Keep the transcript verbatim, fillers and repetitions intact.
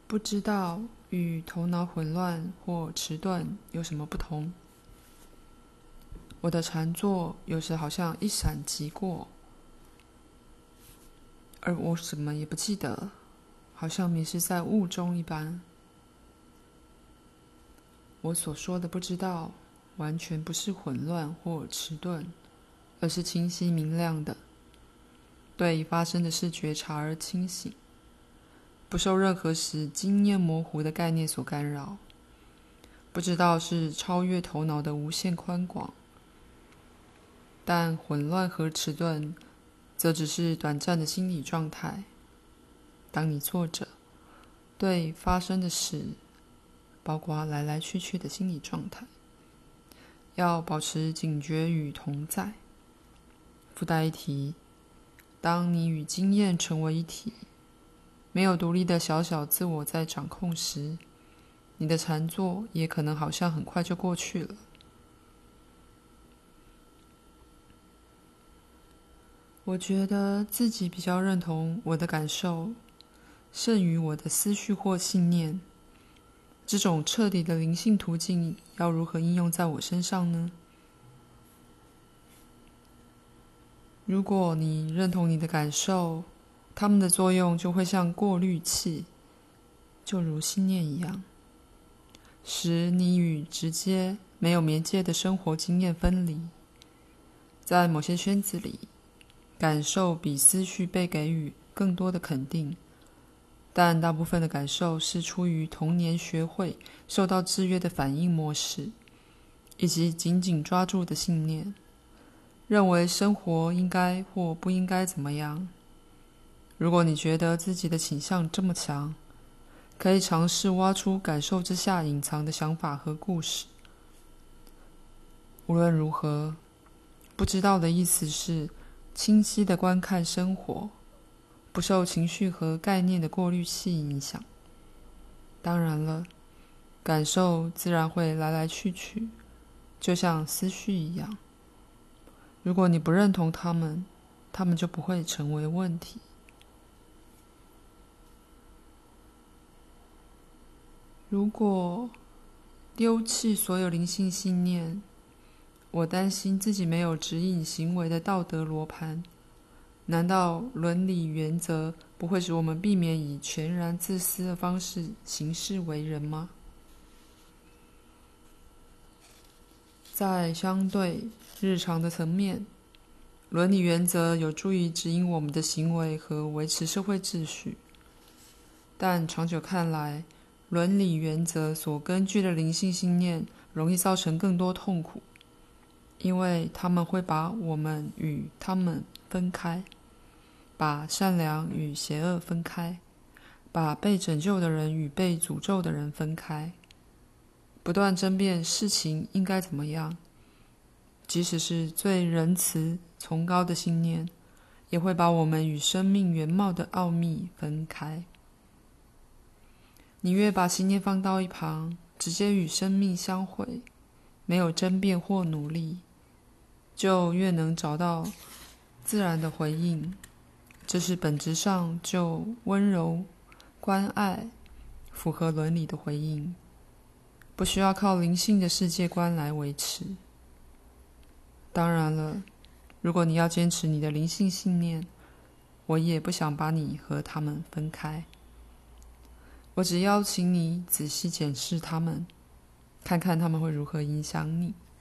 不知道与头脑混乱或迟钝有什么不同。我的禅坐有时好像一闪即过，而我什么也不记得，好像迷失在雾中一般。我所说的不知道，完全不是混乱或迟钝，而是清晰明亮的，对发生的事觉察而清醒，不受任何使经验模糊的概念所干扰。不知道是超越头脑的无限宽广，但混乱和迟钝则只是短暂的心理状态。当你坐着，对发生的事，包括来来去去的心理状态，要保持警觉与同在。附带一提，当你与经验成为一体，没有独立的小小自我在掌控时，你的禅坐也可能好像很快就过去了。我觉得自己比较认同我的感受胜于我的思绪或信念。这种彻底的灵性途径要如何应用在我身上呢？如果你认同你的感受，它们的作用就会像过滤器，就如信念一样，使你与直接没有连接的生活经验分离。在某些圈子里，感受比思绪被给予更多的肯定，但大部分的感受是出于童年学会受到制约的反应模式，以及紧紧抓住的信念，认为生活应该或不应该怎么样。如果你觉得自己的倾向这么强，可以尝试挖出感受之下隐藏的想法和故事。无论如何，不知道的意思是清晰地观看生活，不受情绪和概念的过滤器影响。当然了，感受自然会来来去去，就像思绪一样。如果你不认同它们，它们就不会成为问题。如果丢弃所有灵性信念，我担心自己没有指引行为的道德罗盘。难道伦理原则不会使我们避免以全然自私的方式行事为人吗？在相对日常的层面，伦理原则有助于指引我们的行为和维持社会秩序。但长久看来，伦理原则所根据的灵性信念容易造成更多痛苦，因为他们会把我们与他们分开，把善良与邪恶分开，把被拯救的人与被诅咒的人分开，不断争辩事情应该怎么样。即使是最仁慈崇高的信念，也会把我们与生命原貌的奥秘分开。你越把信念放到一旁，直接与生命相会，没有争辩或努力，就越能找到自然的回应。这是本质上就温柔、关爱、符合伦理的回应，不需要靠灵性的世界观来维持。当然了，如果你要坚持你的灵性信念，我也不想把你和他们分开。我只邀请你仔细检视他们，看看他们会如何影响你。